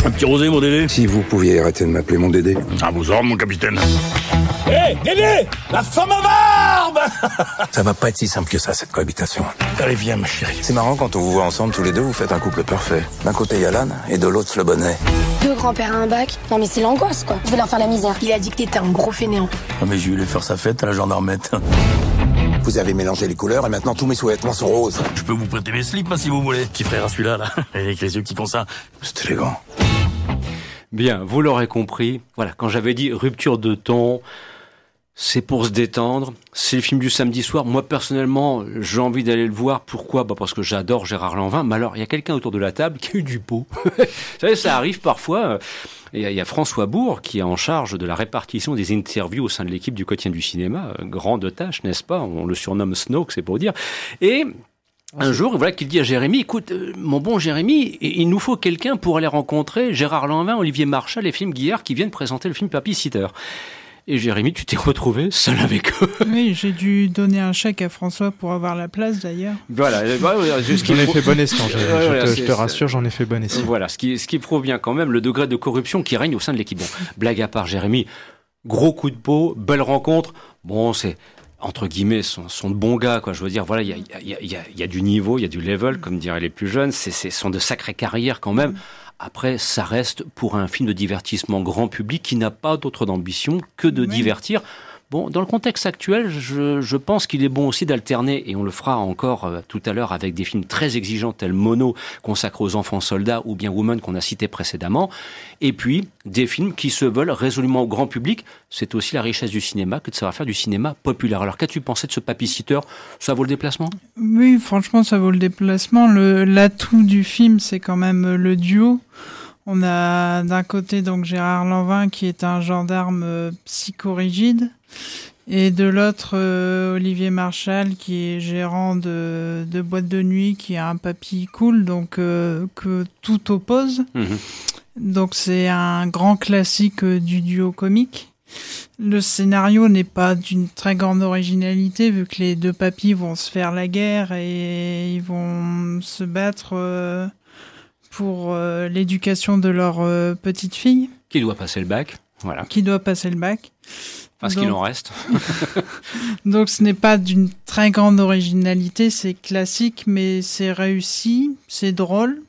Un petit rosé, mon Dédé? Si vous pouviez arrêter de m'appeler mon Dédé. À vos ordres, mon capitaine. Hé, Dédé! La femme à barbe! Ça va pas être si simple que ça, cette cohabitation. Allez, viens, ma chérie. C'est marrant, quand on vous voit ensemble, tous les deux, vous faites un couple parfait. D'un côté, il y a l'âne, et de l'autre, le bonnet. Deux grands-pères à un bac. Non mais c'est l'angoisse, quoi. Je vais leur faire la misère. Il a dit que t'étais un gros fainéant. Ah, mais je vais lui faire sa fête à la gendarmette. Vous avez mélangé les couleurs, et maintenant tous mes sous-vêtements sont roses. Je peux vous prêter mes slips, si vous voulez. Petit frère à celui-là, là. Avec les yeux qui font ça. C'est élégant. Bien, vous l'aurez compris. Voilà, quand j'avais dit rupture de ton, c'est pour se détendre. C'est le film du samedi soir. Moi, personnellement, j'ai envie d'aller le voir. Pourquoi? Parce que j'adore Gérard Lanvin. Mais alors, il y a quelqu'un autour de la table qui a eu du pot. Vous savez, ça arrive parfois. Il y a François Bourg qui est en charge de la répartition des interviews au sein de l'équipe du Quotidien du cinéma. Grande tâche, n'est-ce pas? On le surnomme Snoke, c'est pour dire. Et un jour, voilà qu'il dit à Jérémy, écoute, mon bon Jérémy, il nous faut quelqu'un pour aller rencontrer Gérard Lanvin, Olivier Marchal et Philippe Guillard qui viennent présenter le film Papy Sitter. Et Jérémy, tu t'es retrouvé seul avec eux. Oui, j'ai dû donner un chèque à François pour avoir la place d'ailleurs. Voilà. J'en ai fait bon escient, je te rassure, j'en ai fait bon escient. Voilà, ce qui prouve bien quand même le degré de corruption qui règne au sein de l'équipe. Bon, blague à part, Jérémy, gros coup de peau, belle rencontre. Bon, c'est entre guillemets sont de bons gars, quoi. Je veux dire, voilà, il y a du niveau, il y a du level, comme diraient les plus jeunes. Sont de sacrées carrières quand même. Après, ça reste pour un film de divertissement grand public qui n'a pas d'autre ambition que de divertir. Bon, dans le contexte actuel, je pense qu'il est bon aussi d'alterner, et on le fera encore tout à l'heure avec des films très exigeants tels Mono, consacré aux enfants soldats, ou bien Woman qu'on a cité précédemment, et puis des films qui se veulent résolument au grand public. C'est aussi la richesse du cinéma que de savoir faire du cinéma populaire. Alors, qu'as-tu pensé de ce Papy Sitter? Ça vaut le déplacement? Oui, franchement, ça vaut le déplacement. L'atout du film, c'est quand même le duo. On a d'un côté donc Gérard Lanvin qui est un gendarme psychorigide et de l'autre Olivier Marchal qui est gérant de boîte de nuit, qui a un papy cool, donc que tout oppose. Donc c'est un grand classique du duo comique. Le scénario n'est pas d'une très grande originalité vu que les deux papys vont se faire la guerre et ils vont se battre pour l'éducation de leur petite fille. Qui doit passer le bac, voilà. Qui doit passer le bac. Parce qu'il en reste. Donc ce n'est pas d'une très grande originalité, c'est classique, mais c'est réussi, c'est drôle.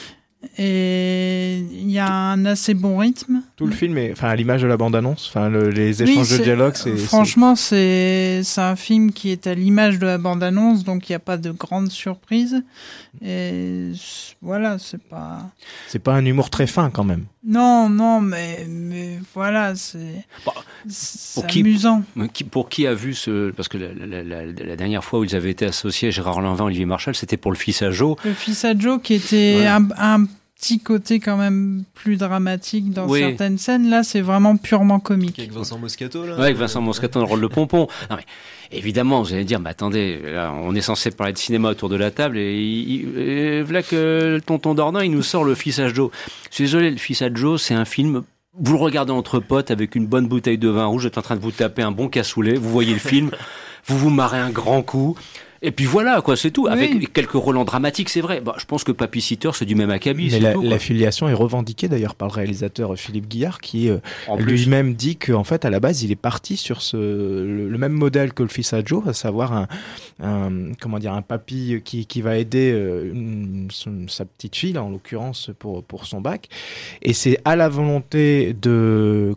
Et il y a un assez bon rythme. Tout le film est, à l'image de la bande-annonce, les échanges de dialogue, franchement, c'est un film qui est à l'image de la bande-annonce, donc il n'y a pas de grande surprise. Et voilà, c'est pas un humour très fin quand même. Non, mais voilà, c'est amusant. Pour qui a vu parce que la dernière fois où ils avaient été associés, Gérard Lanvin, Olivier Marchal, c'était pour Le Fils à Joe. Le Fils à Joe qui était un petit côté quand même plus dramatique dans certaines scènes. Là, c'est vraiment purement comique. Avec Vincent Moscato, là. Ouais, avec Vincent Moscato dans le rôle de Pompon. Non, mais évidemment, vous allez dire, mais attendez, là, on est censé parler de cinéma autour de la table et voilà que le tonton Dordain, il nous sort Le Fils à Joe. Je suis désolé, Le Fils à Joe, c'est un film. Vous le regardez entre potes avec une bonne bouteille de vin rouge, vous êtes en train de vous taper un bon cassoulet, vous voyez le film, vous vous marrez un grand coup. Et puis voilà, quoi, c'est tout. Oui. Avec quelques relents dramatiques, c'est vrai. Je pense que Papy Sitter, c'est du même acabit. Mais la filiation est revendiquée d'ailleurs par le réalisateur Philippe Guillard, qui lui-même dit qu'en fait, à la base, il est parti sur le même modèle que Le Fils à Joe, à savoir un papy qui va aider sa petite fille, là, en l'occurrence, pour son bac. Et c'est à la volonté de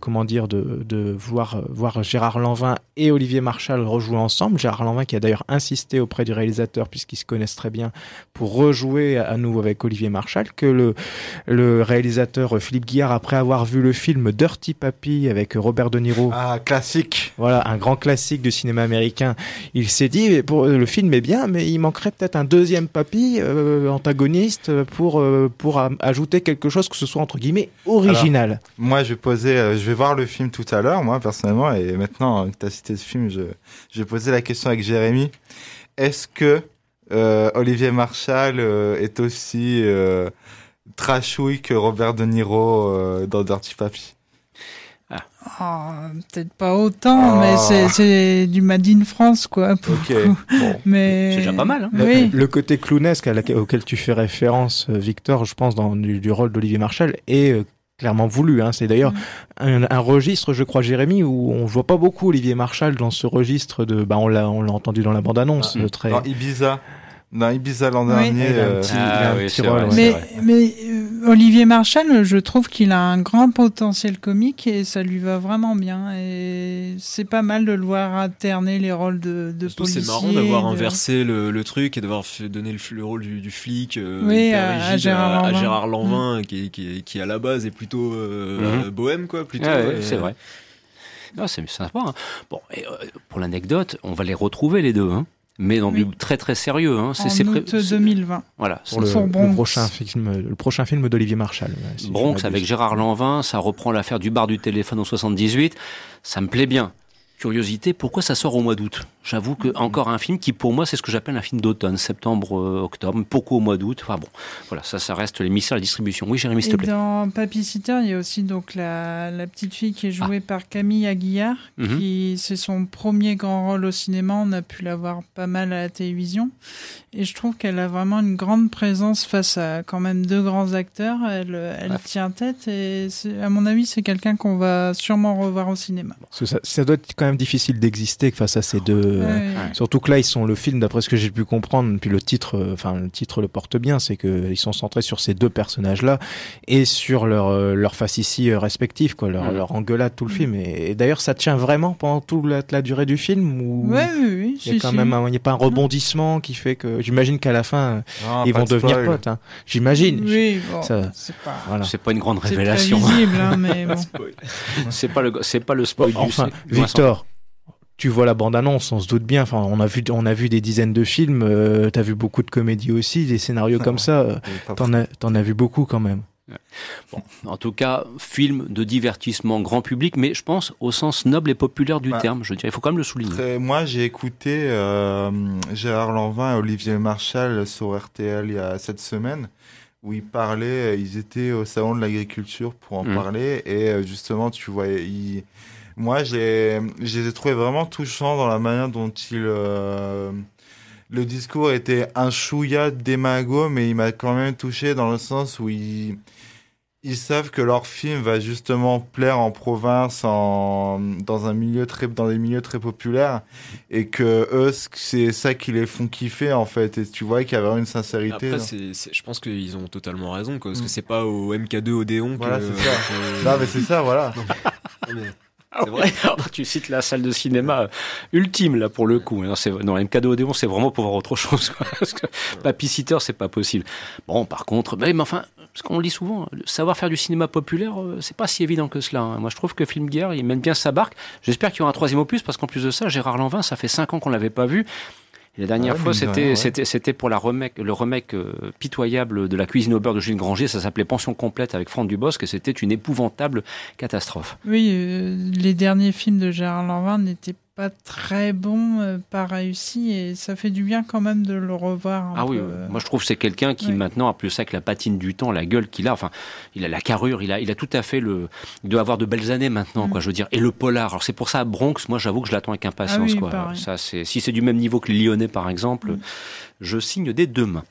voir Gérard Lanvin et Olivier Marchal rejouer ensemble. Gérard Lanvin qui a d'ailleurs insisté auprès du réalisateur, puisqu'ils se connaissent très bien, pour rejouer à nouveau avec Olivier Marchal, que le réalisateur Philippe Guillard, après avoir vu le film Dirty Papi avec Robert De Niro, classique, voilà, un grand classique du cinéma américain, il s'est dit, le film est bien, mais il manquerait peut-être un deuxième papy antagoniste pour ajouter quelque chose que ce soit entre guillemets original. Alors, moi, je vais voir le film tout à l'heure, moi personnellement, et maintenant que tu as cité ce film, je vais poser la question avec Jérémy. Est-ce que Olivier Marchal est aussi trashouille que Robert De Niro dans Dirty Papi? Peut-être pas autant, mais c'est du Made in France, quoi. Bon. Mais c'est déjà pas mal. Hein. Oui. Le côté clownesque auquel tu fais référence, Victor, je pense, du rôle d'Olivier Marchal, est clairement voulu. Hein. C'est d'ailleurs un registre, je crois, Jérémy, où on voit pas beaucoup Olivier Marchal dans ce registre de. On l'a entendu dans la bande-annonce. Très... Dans Ibiza. Dans Ibiza l'an dernier. Mais Olivier Marchal, je trouve qu'il a un grand potentiel comique et ça lui va vraiment bien. Et c'est pas mal de le voir alterner les rôles de policier. C'est marrant d'avoir inversé le truc et d'avoir donné le rôle du flic à Gérard Lanvin, qui à la base est plutôt bohème, quoi. Plutôt, c'est vrai. Non, c'est sympa. Hein. Bon, et, pour l'anecdote, on va les retrouver les deux. Hein. Mais dans du très très sérieux. Hein. En août 2020. Voilà. Pour le prochain film d'Olivier Marchal. Bronx avec Gérard Lanvin, ça reprend l'affaire du bar du téléphone en 78. Ça me plaît bien. Curiosité, pourquoi ça sort au mois d'août ? J'avoue que encore un film qui, pour moi, c'est ce que j'appelle un film d'automne, septembre, octobre. Pourquoi au mois d'août ? Enfin bon, voilà, ça reste les mystères de la distribution. Oui, Jérémy, s'il te plaît. Dans Papy Sitter, il y a aussi donc la petite fille qui est jouée par Camille Aguillard, qui c'est son premier grand rôle au cinéma. On a pu la voir pas mal à la télévision. Et je trouve qu'elle a vraiment une grande présence face à quand même deux grands acteurs. Elle tient tête et à mon avis, c'est quelqu'un qu'on va sûrement revoir au cinéma. Ça doit être quand même difficile d'exister face à ces deux. Surtout que là, ils sont le film, d'après ce que j'ai pu comprendre, puis le titre le porte bien, c'est qu'ils sont centrés sur ces deux personnages-là et sur leur facétie respective, quoi, leur engueulade tout le film. Et d'ailleurs, ça tient vraiment pendant toute la durée du film où oui. Il y a quand même il n'y a pas un rebondissement qui fait que j'imagine qu'à la fin ils vont devenir potes. Hein. J'imagine. Oui, bon, c'est pas une grande révélation. C'est prévisible, hein, mais bon. c'est pas le spoil. Enfin, Victor. Tu vois la bande-annonce, on se doute bien. Enfin, on a vu des dizaines de films. T'as vu beaucoup de comédies aussi, des scénarios comme ça. T'en as vu beaucoup quand même. Bon, en tout cas, film de divertissement grand public, mais je pense au sens noble et populaire du terme. Je dirais, il faut quand même le souligner. Moi, j'ai écouté Gérard Lanvin et Olivier Marchal sur RTL il y a 7 semaines, où ils parlaient. Ils étaient au salon de l'agriculture pour en parler, et justement, tu vois, moi, je les ai trouvés vraiment touchants dans la manière dont le discours était un chouïa démago, mais il m'a quand même touché dans le sens où ils savent que leur film va justement plaire en province, dans des milieux très populaires, et que eux, c'est ça qui les font kiffer en fait. Et tu vois qu'il y avait une sincérité. Après, je pense qu'ils ont totalement raison, quoi, parce que c'est pas au MK2 Odéon. Voilà, c'est ça. Non, mais c'est ça, voilà. C'est vrai. Tu cites la salle de cinéma ultime là pour le coup. Non, MK2 Odéon, c'est vraiment pour voir autre chose. Quoi. Parce que Papy Sitter, c'est pas possible. Bon, par contre, mais enfin, ce qu'on le dit souvent, savoir faire du cinéma populaire, c'est pas si évident que cela. Hein. Moi, je trouve que Film Guerre, il mène bien sa barque. J'espère qu'il y aura un troisième opus, parce qu'en plus de ça, Gérard Lanvin, ça fait 5 ans qu'on l'avait pas vu. Et la dernière fois, c'était pour le remake pitoyable de La cuisine au beurre de Jules Granger. Ça s'appelait Pension complète avec Franck Dubosc, et c'était une épouvantable catastrophe. Oui, les derniers films de Gérard Lanvin n'étaient pas très bons, pas réussis, et ça fait du bien quand même de le revoir. Moi je trouve que c'est quelqu'un qui maintenant a plus ça que la patine du temps, la gueule qu'il a, enfin il a la carrure, il a tout à fait il doit avoir de belles années maintenant, quoi, je veux dire, et le polar. Alors c'est pour ça Bronx, moi j'avoue que je l'attends avec impatience, quoi. Ça, si c'est du même niveau que les Lyonnais par exemple, je signe dès demain.